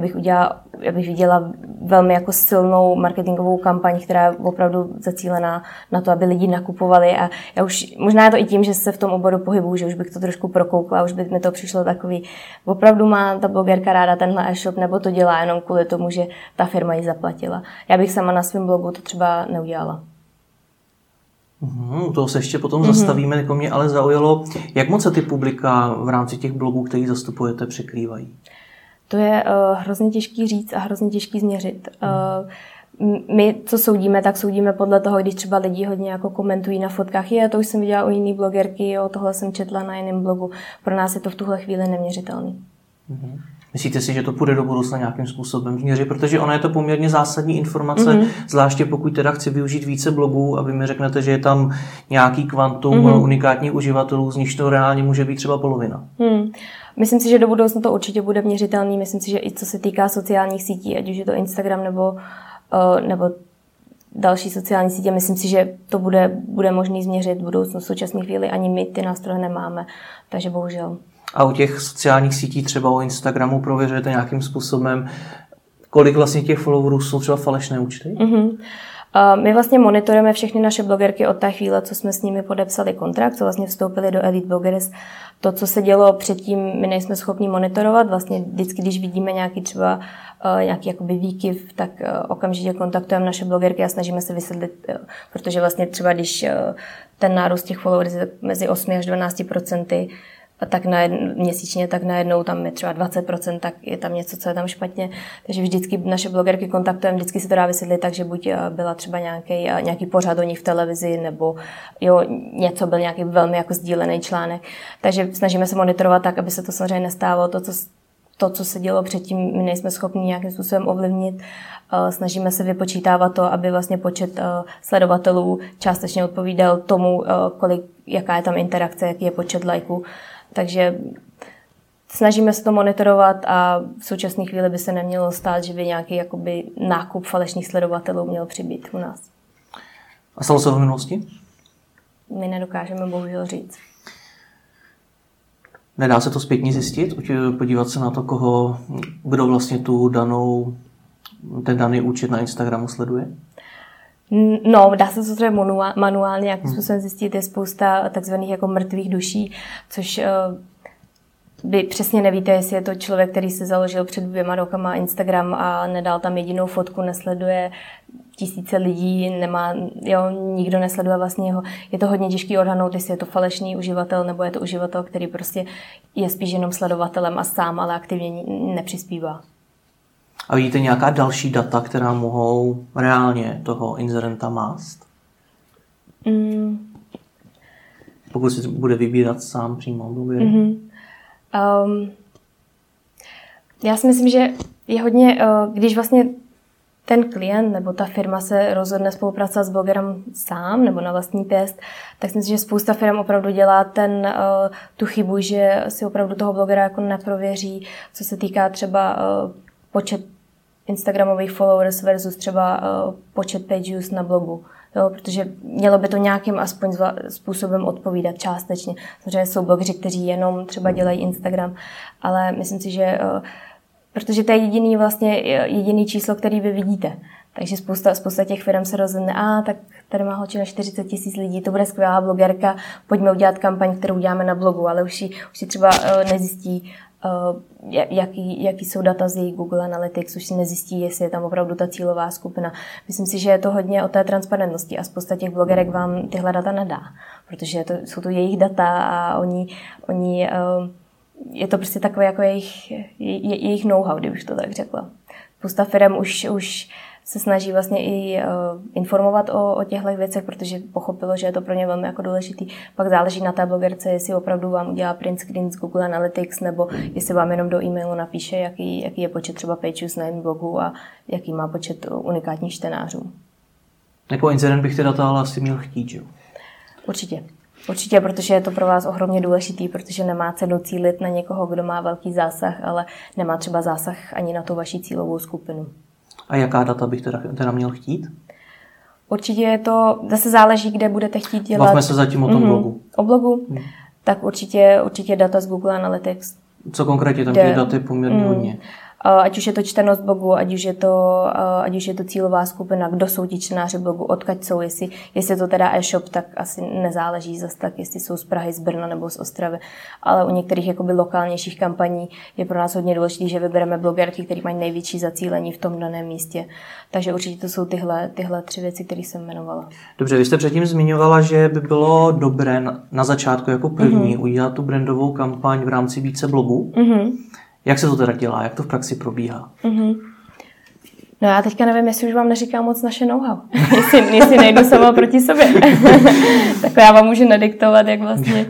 já bych viděla velmi jako silnou marketingovou kampaň, která je opravdu zacílená na to, aby lidi nakupovali a já už, možná je to i tím, že se v tom oboru pohybuju, že už bych to trošku prokoukla, už by mi to přišlo takový, opravdu má ta blogerka ráda tenhle e-shop, nebo to dělá jenom kvůli tomu, že ta firma ji zaplatila. Já bych sama na svém blogu to třeba neudělala. To se ještě potom zastavíme, jako mě ale zaujalo, jak moc se ty publika v rámci těch blogů, který zastupujete, překrývají? To je hrozně těžký říct a hrozně těžký změřit. My, co soudíme, tak soudíme podle toho, když třeba lidi hodně jako komentují na fotkách, to už jsem viděla u jiný blogerky, tohle jsem četla na jiném blogu. Pro nás je to v tuhle chvíli neměřitelný. Myslíte si, že to půjde do budoucna nějakým způsobem změřit? Protože ona je to poměrně zásadní informace, zvláště pokud teda chci využít více blogů a vy mi řeknete, že je tam nějaký kvantum unikátních uživatelů, z nichž to reálně může být třeba polovina. Myslím si, že do budoucna to určitě bude měřitelný. Myslím si, že i co se týká sociálních sítí, ať už je to Instagram nebo další sociální sítě, myslím si, že to bude možný změřit v budoucnu. V současné chvíli ani my ty nástroje nemáme, takže bohužel. A u těch sociálních sítí, třeba u Instagramu, prověřujete nějakým způsobem, kolik vlastně těch followerů jsou třeba falešné účty? My vlastně monitorujeme všechny naše blogerky od té chvíle, co jsme s nimi podepsali kontrakt, co vlastně vstoupili do Elite Bloggers. To, co se dělo předtím, my nejsme schopni monitorovat. Vlastně vždycky, když vidíme nějaký třeba nějaký jakoby výkyv, tak okamžitě kontaktujeme naše blogerky a snažíme se vysvětlit, protože vlastně třeba když ten nárůst těch followers je mezi 8 až 12%, tak měsíčně, tak najednou tam je třeba 20%, tak je tam něco, co je tam špatně. Takže vždycky naše blogerky kontaktujeme, vždycky se to dá vysvětlit tak, že buď byla třeba nějaký pořad o nich v televizi, nebo byl nějaký velmi jako sdílený článek. Takže snažíme se monitorovat tak, aby se to samozřejmě nestávalo. To, co se dělo předtím, my nejsme schopni nějakým způsobem ovlivnit. Snažíme se vypočítávat to, aby vlastně počet sledovatelů částečně odpovídal tomu, jaká je tam interakce, jaký je počet lajků. Takže snažíme se to monitorovat a v současné chvíli by se nemělo stát, že by nějaký jakoby nákup falešných sledovatelů měl přibýt u nás. A stalo se v minulosti? My nedokážeme bohužel říct. Nedá se to zpětně zjistit? Podívat se na to, kdo vlastně ten daný účet na Instagramu sleduje? No, dá se to třeba manuálně nějakým způsobem zjistit. Je spousta takzvaných jako mrtvých duší, což vy přesně nevíte, jestli je to člověk, který se založil před 2 rokama Instagram a nedal tam jedinou fotku, nesleduje tisíce lidí, nikdo nesleduje vlastně jeho. Je to hodně těžký odhadnout, jestli je to falešný uživatel, nebo je to uživatel, který prostě je spíš jenom sledovatelem a sám, ale aktivně nepřispívá. A vidíte nějaká další data, která mohou reálně toho inzerenta mást? Pokud si bude vybírat sám přímo bloger. Já si myslím, že je hodně, když vlastně ten klient nebo ta firma se rozhodne spolupracovat s blogerem sám nebo na vlastní pěst, tak si myslím, že spousta firm opravdu dělá tu chybu, že si opravdu toho blogera jako neprověří, co se týká třeba počet instagramových followers versus třeba počet page views na blogu. Jo, protože mělo by to nějakým aspoň způsobem odpovídat částečně. Samozřejmě jsou blogeři, kteří jenom třeba dělají Instagram, ale myslím si, že protože to je jediný číslo, který vy vidíte. Takže spousta těch firm se rozhodne, tak tady má holčina 40 000 lidí, to bude skvělá blogerka, pojďme udělat kampaň, kterou uděláme na blogu, ale už si třeba nezjistí, jaký jsou data z její Google Analytics, už si nezjistí, jestli je tam opravdu ta cílová skupina. Myslím si, že je to hodně o té transparentnosti a spousta těch blogerek vám tyhle data nedá, protože jsou to jejich data a oni je to prostě takové jako jejich know-how, kdybych to tak řekla. Spousta firm už se snaží vlastně i informovat o těchto věcech, protože pochopilo, že je to pro ně velmi jako důležitý. Pak záleží na té blogerce, jestli opravdu vám udělá print screen z Google Analytics, nebo jestli vám jenom do e-mailu napíše, jaký je počet třeba page views na jednom blogu a jaký má počet unikátních čtenářů. Jako inzerent bych ty data ale asi měl chtít, že? Určitě, protože je to pro vás ohromně důležitý, protože nemá cenu cílit na někoho, kdo má velký zásah, ale nemá třeba zásah ani na tu vaši cílovou skupinu. A jaká data bych teda měl chtít? Určitě je to, zase záleží, kde budete chtít dělat. Bavme se zatím o tom blogu. O blogu? Tak určitě data z Google Analytics. Co konkrétně? Tam těch dat je poměrně hodně. Ať už je to čtenost blogu, ať už je to cílová skupina, kdo jsou ti čtenáři blogu, odkud jsou, jestli to teda e-shop, tak asi nezáleží zase tak, jestli jsou z Prahy, z Brna nebo z Ostravy. Ale u některých jakoby lokálnějších kampaní je pro nás hodně důležité, že vybereme blogerky, které mají největší zacílení v tom daném místě. Takže určitě to jsou tyhle 3 věci, které jsem jmenovala. Dobře, vy jste předtím zmiňovala, že by bylo dobré na začátku jako první udělat tu brandovou kampaň v rámci více blogů. Jak se to teda dělá? Jak to v praxi probíhá? No já teďka nevím, jestli už vám neříkám moc naše know-how. jestli nejdu sama proti sobě. Tak já vám můžu nadiktovat, jak vlastně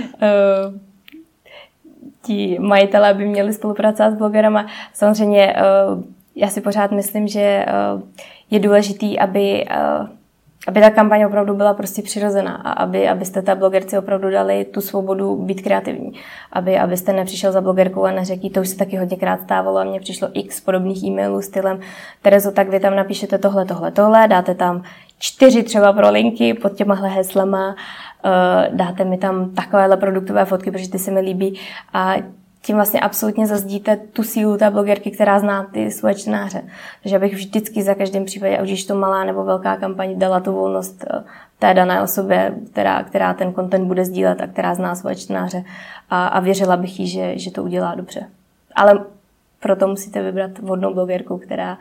ti majitelé by měli spolupracovat s blogerama. Samozřejmě já si pořád myslím, že je důležitý, aby ta kampaň opravdu byla prostě přirozená a abyste té blogerci opravdu dali tu svobodu být kreativní. Abyste nepřišel za blogerkou a neřekl, to už se taky hodněkrát stávalo a mně přišlo x podobných e-mailů stylem Terezo, tak vy tam napíšete tohle, dáte tam 4 třeba pro linky pod těmahle heslama, dáte mi tam takovéhle produktové fotky, protože ty se mi líbí a tím vlastně absolutně zazdíte tu sílu té blogerky, která zná ty svoje čtenáře. Takže abych vždycky za každém případě, ať už to malá nebo velká kampaň, dala tu volnost té dané osobě, která ten content bude sdílet a která zná svoje čtenáře a věřila bych jí, že to udělá dobře. Ale proto musíte vybrat vhodnou blogerku,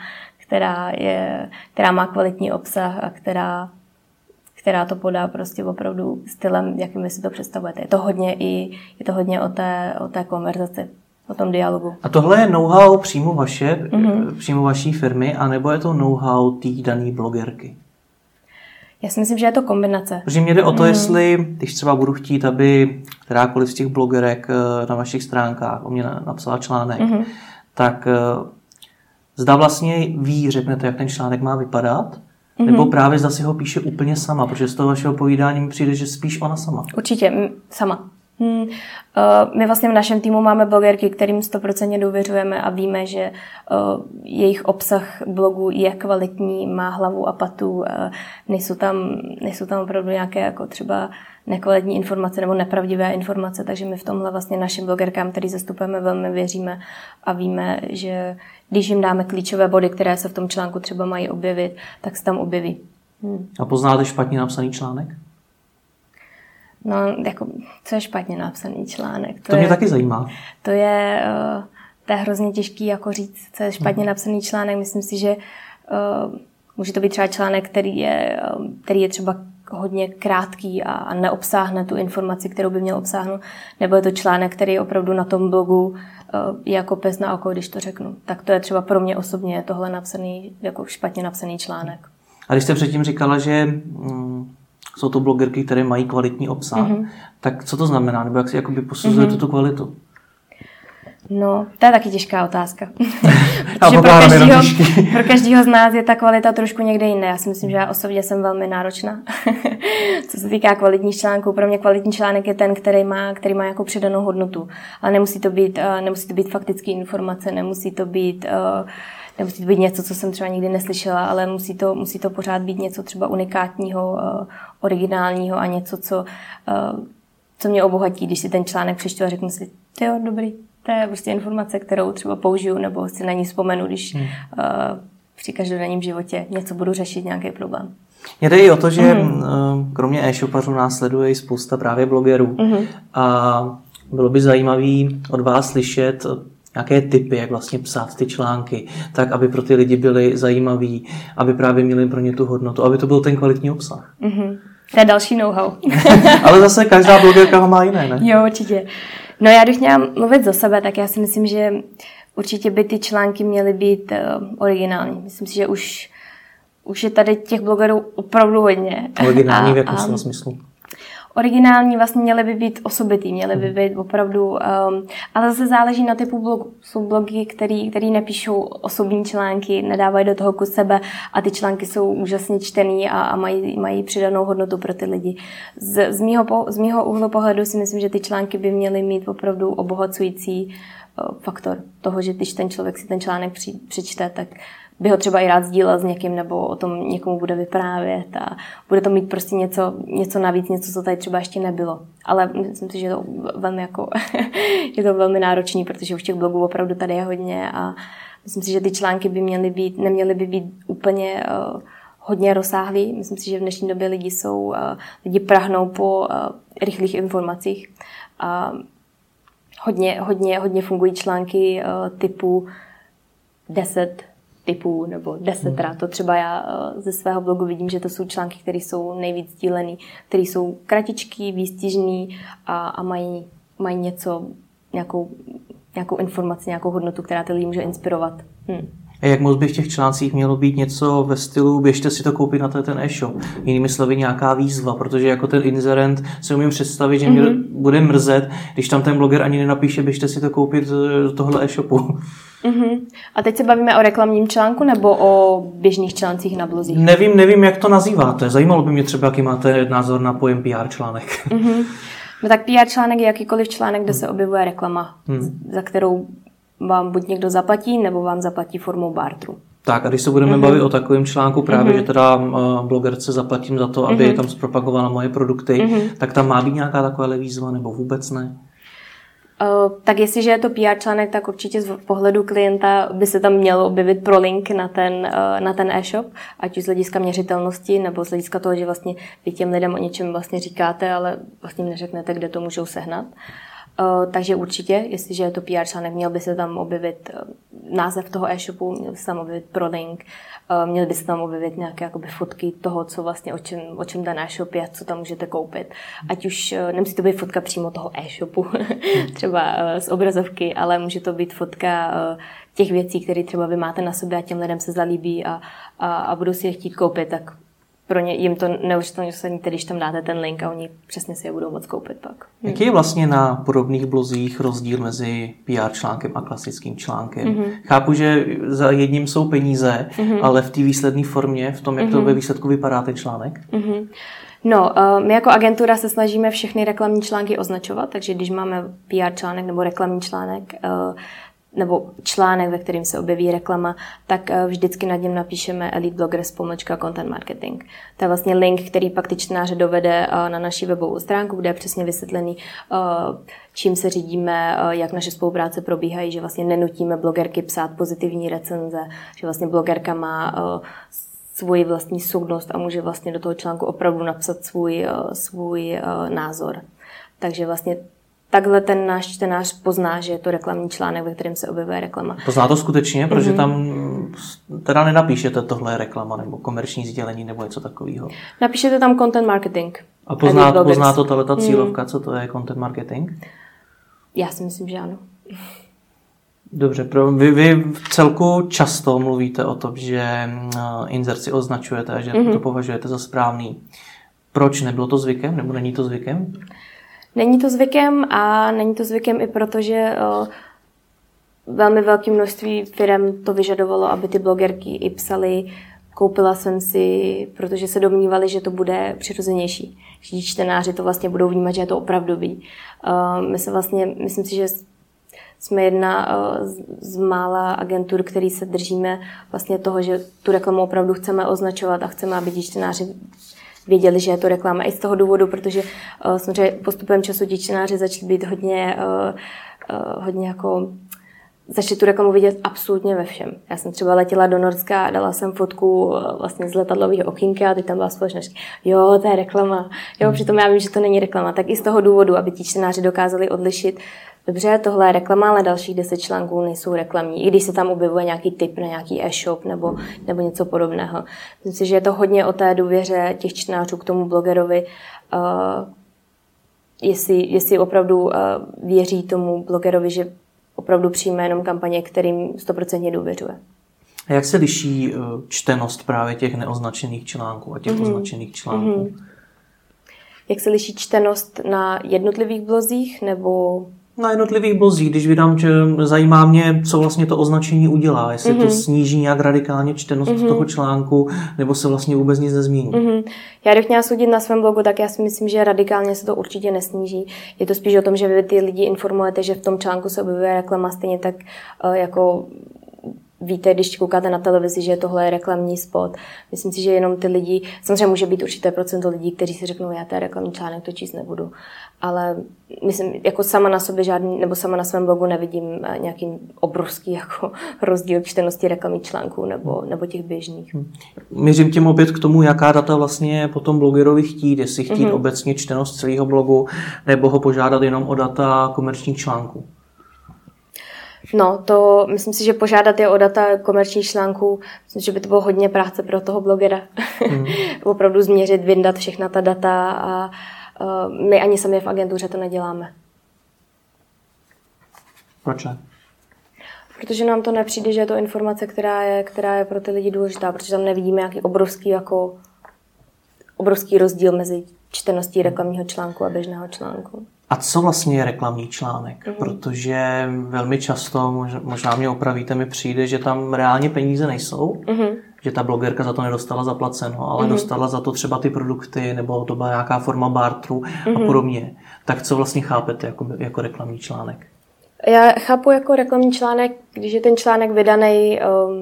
která má kvalitní obsah a která to podá prostě opravdu stylem, jakým si to představujete. Je to hodně o té konverzaci, o tom dialogu. A tohle je know-how přímo vaší firmy, anebo je to know-how té dané blogerky? Já si myslím, že je to kombinace. Protože mě jde o to, jestli, když třeba budu chtít, aby kterákoliv z těch blogerek na vašich stránkách o mě napsala článek, tak zda vlastně ví, řeknete, jak ten článek má vypadat, nebo právě zda si ho píše úplně sama, protože z toho vašeho povídání mi přijde, že spíš ona sama. Určitě, sama. My vlastně v našem týmu máme blogerky, kterým 100% důvěřujeme a víme, že jejich obsah blogu je kvalitní, má hlavu a patu, nejsou tam opravdu nějaké jako třeba nekvalitní informace nebo nepravdivé informace, takže my v tomhle vlastně našim blogerkám, který zastupujeme, velmi věříme a víme, že když jim dáme klíčové body, které se v tom článku třeba mají objevit, tak se tam objeví. A poznáte špatně napsaný článek? No, jako, co je špatně napsaný článek? To mě taky zajímá. To je hrozně těžký jako říct, co je špatně napsaný článek. Myslím si, že může to být třeba článek, který je třeba hodně krátký a neobsáhne tu informaci, kterou by měl obsáhnout, nebo je to článek, který opravdu na tom blogu je jako pes na oko, když to řeknu. Tak to je třeba pro mě osobně tohle napsaný, jako špatně napsaný článek. A když jste předtím říkala, že jsou to blogerky, které mají kvalitní obsah, tak co to znamená? Nebo jak si jakoby posuzujete tu kvalitu? No, to je taky těžká otázka. Protože pro každého z nás je ta kvalita trošku někde jinde. Já si myslím, že já osobně jsem velmi náročná. Co se týká kvalitních článků, pro mě kvalitní článek je ten, který má nějakou přidanou hodnotu. Ale nemusí to být faktické informace, nemusí to být něco, co jsem třeba nikdy neslyšela, ale musí to pořád být něco třeba unikátního, originálního a něco, co mě obohatí, když si ten článek přečtu a řeknu si, jo, dobrý. To je prostě informace, kterou třeba použiju nebo si na ní vzpomenu, když při každodenním životě něco budu řešit, nějaký problém. Mně jde i o to, že kromě e-shopařů následuje i spousta právě blogerů. A bylo by zajímavý od vás slyšet nějaké tipy, jak vlastně psát ty články, tak aby pro ty lidi byly zajímavý, aby právě měli pro ně tu hodnotu, aby to byl ten kvalitní obsah. To je další know-how. Ale zase každá blogerka ho má jiné, ne? Jo, určitě. No já bych měla mluvit za sebe, tak já si myslím, že určitě by ty články měly být originální. Myslím si, že už je tady těch blogerů opravdu hodně. Originální v jakém smyslu? Originální vlastně měly by být osobitý, měly by být opravdu, ale zase záleží na typu blogu. Jsou blogy, který nepíšou osobní články, nedávají do toho kus sebe a ty články jsou úžasně čtený a mají přidanou hodnotu pro ty lidi. Z mýho úhlu pohledu si myslím, že ty články by měly mít opravdu obohacující faktor toho, že když ten člověk si ten článek přečte, tak by ho třeba i rád sdílel s někým nebo o tom někomu bude vyprávět a bude to mít prostě něco navíc, něco, co tady třeba ještě nebylo. Ale myslím si, že to velmi je to velmi náročný, protože už těch blogů opravdu tady je hodně a myslím si, že ty články by neměly by být úplně hodně rozsáhlý. Myslím si, že v dnešní době lidi prahnou po rychlých informacích a hodně fungují články typu 10 typů nebo 10krát. To třeba já ze svého blogu vidím, že to jsou články, které jsou nejvíc sdílený, které jsou kratičký, výstižný a mají nějakou informaci, nějakou hodnotu, která ty lidi může inspirovat. A jak moc by v těch článcích mělo být něco ve stylu běžte si to koupit na ten e-shop. Jinými slovy nějaká výzva, protože jako ten inzerent si umím představit, že mě bude mrzet, když tam ten bloger ani nenapíše běžte si to koupit do tohle e-shopu. A teď se bavíme o reklamním článku nebo o běžných článcích na blozích? Nevím, jak to nazýváte. Zajímalo by mě třeba, jaký máte názor na pojem PR článek. No tak PR článek je jakýkoliv článek, kde se objevuje reklama, za kterou vám buď někdo zaplatí, nebo vám zaplatí formou barteru. Tak a když se budeme bavit o takovém článku právě, že teda blogerce zaplatím za to, aby tam zpropagovala moje produkty, tak tam má být nějaká taková výzva, nebo vůbec ne? Tak jestliže je to PR článek, tak určitě z pohledu klienta by se tam mělo objevit prolink na ten e-shop, ať už z hlediska měřitelnosti, nebo z hlediska toho, že vlastně vy těm lidem o něčem vlastně říkáte, ale vlastně neřeknete, kde to můžou sehnat. Takže určitě, jestliže je to PR článek, měl by se tam objevit název toho e-shopu, měl by se tam objevit prolink, měl by se tam objevit nějaké jakoby fotky toho, co vlastně o čem ten e-shop je, co tam můžete koupit. Ať už nemusí to být fotka přímo toho e-shopu, třeba z obrazovky, ale může to být fotka těch věcí, které třeba vy máte na sobě a těm lidem se zalíbí a budou si je chtít koupit, tak pro ně jim to neuvěřitelně dosadíte, když tam dáte ten link a oni přesně si je budou moct koupit pak. Jaký je vlastně na podobných blozích rozdíl mezi PR článkem a klasickým článkem? Chápu, že za jedním jsou peníze, ale v té výsledné formě, v tom, jak to ve výsledku vypadá ten článek? No, my jako agentura se snažíme všechny reklamní články označovat, takže když máme PR článek nebo reklamní článek, nebo článek, ve kterém se objeví reklama, tak vždycky nad něm napíšeme Elite Bloggers /content marketing. To je vlastně link, který pak ty čtenáře dovede na naši webovou stránku, kde je přesně vysvětlený, čím se řídíme, jak naše spolupráce probíhají, že vlastně nenutíme blogerky psát pozitivní recenze, že vlastně blogerka má svoji vlastní soudnost a může vlastně do toho článku opravdu napsat svůj názor. Takže vlastně takhle ten náš čtenář pozná, že je to reklamní článek, ve kterém se objevuje reklama. Pozná to skutečně, protože tam teda nenapíšete tohle je reklama nebo komerční sdělení nebo něco takového. Napíšete tam content marketing. A pozná to tato cílovka, co to je content marketing? Já si myslím, že ano. Dobře, vy v celku často mluvíte o tom, že inzerci označujete a že to považujete za správný. Proč nebylo to zvykem, nebo není to zvykem? Není to zvykem a není to zvykem i proto, že velmi velké množství firem to vyžadovalo, aby ty blogerky i psaly, koupila jsem si, protože se domnívali, že to bude přirozenější. Že čtenáři to vlastně budou vnímat, že je to opravdový. Myslím si, že jsme jedna z mála agentur, který se držíme vlastně toho, že tu reklamu opravdu chceme označovat a chceme, aby ti čtenáři věděli, že je to reklama. I z toho důvodu, protože samozřejmě postupem času ti čtenáři začali být hodně jako začali tu reklamu vidět absolutně ve všem. Já jsem třeba letěla do Norska a dala jsem fotku vlastně z letadlového okýnka a teď tam byla společnost. Jo, to je reklama. Jo, přitom já vím, že to není reklama. Tak i z toho důvodu, aby ti čtenáři dokázali odlišit. Dobře, tohle je reklama, ale dalších 10 článků nejsou reklamní. I když se tam objevuje nějaký tip na nějaký e-shop nebo něco podobného. Myslím si, že je to hodně o té důvěře těch čtenářů k tomu blogerovi, jestli opravdu věří tomu blogerovi, že opravdu přijme jenom kampaně, kterým 100% důvěřuje. A jak se liší čtenost právě těch neoznačených článků a těch označených článků? Jak se liší čtenost na jednotlivých blozích nebo... Na jednotlivých blozích, když vydám, že zajímá mě, co vlastně to označení udělá, jestli to sníží nějak radikálně čtenost toho článku, nebo se vlastně vůbec nic nezmění. Já bych měla soudit na svém blogu, tak já si myslím, že radikálně se to určitě nesníží. Je to spíš o tom, že vy ty lidi informujete, že v tom článku se objevuje reklama, stejně tak jako víte, když koukáte na televizi, že tohle je reklamní spot. Myslím si, že jenom ty lidi, samozřejmě může být určité procento lidí, kteří si řeknou, já ten reklamní článek to číst nebudu. Ale myslím, jako sama na sobě nebo sama na svém blogu nevidím nějaký obrovský jako rozdíl čtenosti reklamních článků nebo těch běžných. Mířím tím opět k tomu, jaká data vlastně potom blogerovi chtít, jestli chtít obecně čtenost celého blogu, nebo ho požádat jenom o data komerčních článků. No, to myslím si, že požádat je o data komerčních článků, myslím, že by to bylo hodně práce pro toho blogera. Opravdu změřit, vyndat všechna ta data a my ani sami v agentuře to neděláme. Proč ne? Protože nám to nepřijde, že je to informace, která je pro ty lidi důležitá, protože tam nevidíme nějaký obrovský rozdíl mezi čteností reklamního článku a běžného článku. A co vlastně je reklamní článek? Protože velmi často, možná mě opravíte, mi přijde, že tam reálně peníze nejsou, že ta blogerka za to nedostala zaplaceno, ale dostala za to třeba ty produkty, nebo to byla nějaká forma bartru a podobně. Tak co vlastně chápete jako reklamní článek? Já chápu jako reklamní článek, když je ten článek vydaný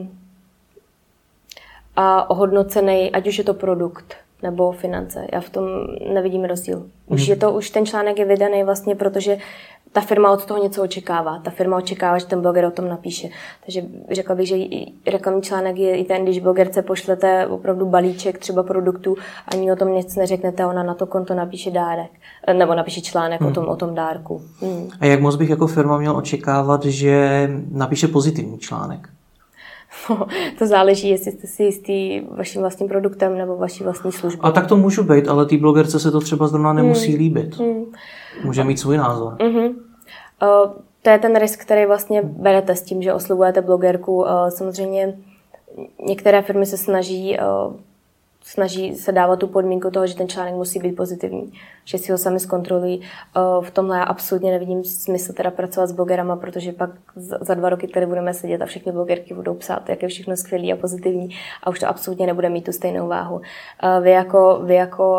a ohodnocený, ať už je to produkt nebo finance. Já v tom nevidím rozdíl. Už ten článek je vydaný vlastně, protože ta firma od toho něco očekává. Ta firma očekává, že ten bloger o tom napíše. Takže řekla bych, že reklamní článek je i ten, když blogerce pošlete opravdu balíček třeba produktů, ani o tom nic neřeknete, ona na to konto napíše dárek. Nebo napíše článek o tom dárku. A jak moc bych jako firma měl očekávat, že napíše pozitivní článek? No, to záleží, jestli jste si jistý vaším vlastním produktem nebo vaší vlastní službou. A tak to můžu být, ale té blogerce se to třeba zrovna nemusí líbit. Může mít svůj názor. To je ten risk, který vlastně berete s tím, že oslovujete blogerku. Samozřejmě některé firmy se snaží se dávat tu podmínku toho, že ten článek musí být pozitivní, že si ho sami zkontrolují. V tomhle já absolutně nevidím smysl teda pracovat s blogerama, protože pak za 2 roky tady budeme sedět a všechny blogerky budou psát, jak je všechno skvělý a pozitivní a už to absolutně nebude mít tu stejnou váhu. Vy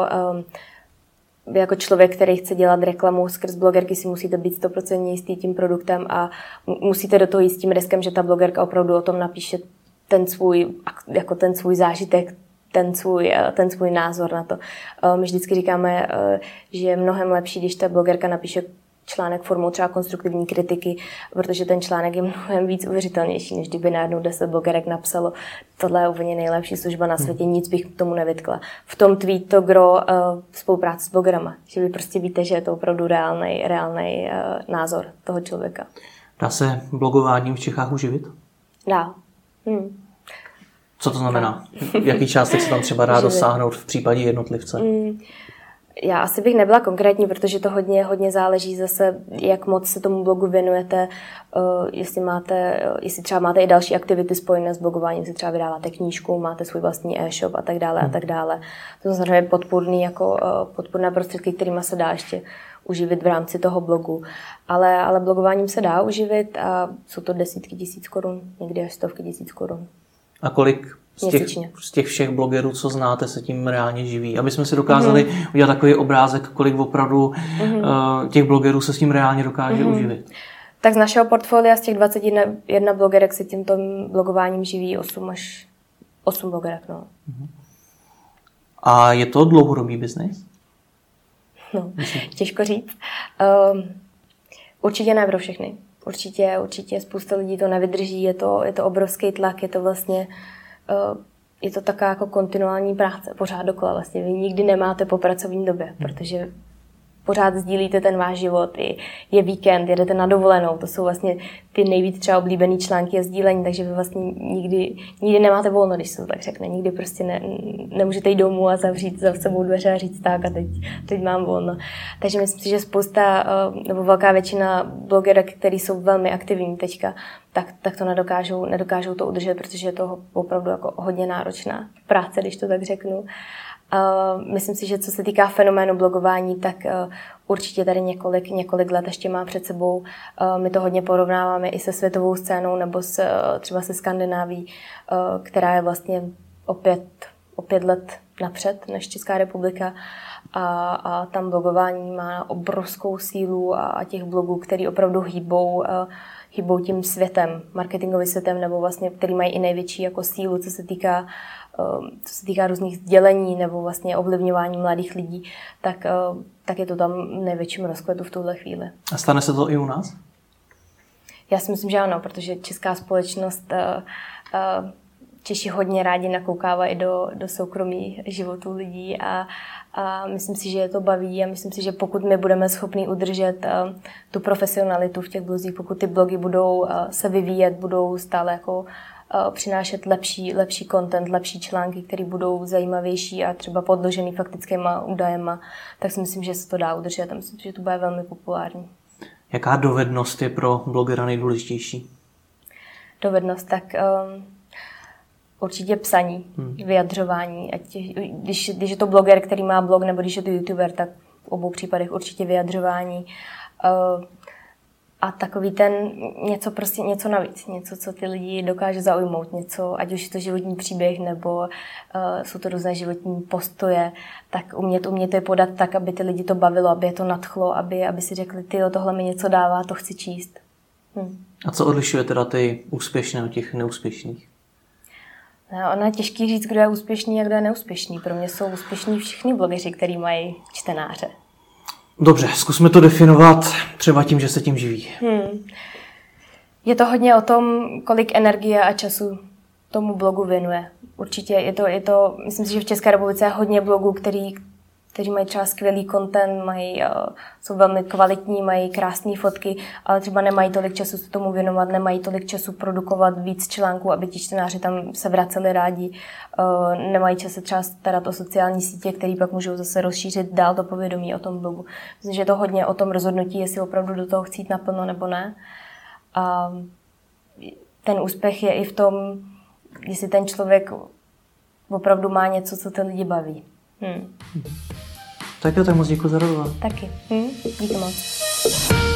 jako člověk, který chce dělat reklamu skrz blogerky, si musíte být 100% jistý tím produktem a musíte do toho jít s tím riskem, že ta blogerka opravdu o tom napíše ten svůj zážitek, ten svůj názor na to. My vždycky říkáme, že je mnohem lepší, když ta blogerka napíše článek formou třeba konstruktivní kritiky, protože ten článek je mnohem víc uvěřitelnější, než kdyby najednou 10 blogerek napsalo, tohle je úplně nejlepší služba na světě, nic bych tomu nevytkla. V tom tkví to gro spolupráce s blogerama, že vy prostě víte, že je to opravdu reálný názor toho člověka. Dá se blogováním v Čechách uživit? Dá. Co to znamená? Jaký částek se tam třeba dá dosáhnout v případě jednotlivce? Já asi bych nebyla konkrétní, protože to hodně záleží zase, jak moc se tomu blogu věnujete, jestli třeba máte i další aktivity spojené s blogováním, si třeba vydáváte knížku, máte svůj vlastní e-shop a tak dále a tak dále. To znamená podpůrné prostředky, kterými se dá ještě uživit v rámci toho blogu. Ale blogováním se dá uživit a jsou to desítky tisíc korun, někdy až stovky tisíc korun. A kolik z těch všech blogerů, co znáte, se tím reálně živí? Aby jsme si dokázali udělat takový obrázek, kolik opravdu těch blogerů se s tím reálně dokáže uživit. Tak z našeho portfolia z těch 21 blogerek se tímto blogováním živí 8 blogerek. No. A je to dlouhodobý biznis? No, těžko říct. Určitě ne pro všechny. Určitě spousta lidí to nevydrží, je to obrovský tlak, je to vlastně je to taková jako kontinuální práce, pořád dokola vlastně. Vy nikdy nemáte po pracovní době, protože pořád sdílíte ten váš život, je víkend, jedete na dovolenou, to jsou vlastně ty nejvíc třeba oblíbený články a sdílení, takže vy vlastně nikdy nemáte volno, když se to tak řekne. Nikdy prostě nemůžete jít domů a zavřít za sebou dveře a říct tak a teď mám volno. Takže myslím si, že spousta, nebo velká většina blogerek, který jsou velmi aktivní teďka, tak to nedokážou to udržet, protože je to opravdu jako hodně náročná práce, když to tak řeknu. Myslím si, že co se týká fenoménu blogování, tak určitě tady několik let ještě má před sebou. My to hodně porovnáváme i se světovou scénou nebo třeba se Skandinávií, která je vlastně o 5 let napřed než Česká republika. A tam blogování má obrovskou sílu a těch blogů, který opravdu hýbou tím světem, marketingovým světem, nebo vlastně, který mají i největší jako sílu, co se týká různých sdělení nebo vlastně ovlivňování mladých lidí, tak je to tam největším rozkvetu v tuhle chvíli. A stane se to i u nás? Já si myslím, že ano, protože česká společnost Češi hodně rádi nakoukávají do soukromí životů lidí a myslím si, že je to baví a myslím si, že pokud my budeme schopni udržet tu profesionalitu v těch blozích, pokud ty blogy budou se vyvíjet, budou stále jako přinášet lepší content, lepší články, které budou zajímavější a třeba podložený faktickýma údajema, tak si myslím, že se to dá udržet a myslím, že to bude velmi populární. Jaká dovednost je pro blogera nejdůležitější? Dovednost, tak určitě psaní, vyjadřování. Když je to bloger, který má blog, nebo když je to youtuber, tak v obou případech určitě vyjadřování. A takový něco navíc, něco, co ty lidi dokáže zaujmout, něco, ať už je to životní příběh, nebo jsou to různé životní postoje, tak umět je podat tak, aby ty lidi to bavilo, aby je to nadchlo, aby si řekli, tyjo, tohle mi něco dává, to chci číst. A co odlišuje teda ty úspěšné od těch neúspěšných? Ono je těžký říct, kdo je úspěšný a kdo je neúspěšný. Pro mě jsou úspěšní všichni blogeři, kteří mají čtenáře. Dobře, zkusme to definovat třeba tím, že se tím živí. Je to hodně o tom, kolik energie a času tomu blogu věnuje. Určitě je to, myslím si, že v České republice je hodně blogů, kteří mají třeba skvělý content, jsou velmi kvalitní, mají krásné fotky, ale třeba nemají tolik času se tomu věnovat, nemají tolik času produkovat víc článků, aby ti čtenáři tam se vraceli rádi. Nemají čas se třeba starat o sociální sítě, které pak můžou zase rozšířit dál to povědomí o tom blogu. Myslím, že je to hodně o tom rozhodnutí, jestli opravdu do toho chci jít naplno nebo ne. A ten úspěch je i v tom, jestli ten člověk opravdu má něco, co ty lidi baví. Tak jo, tak moc děkuji za rozhovor. Taky. Díky moc.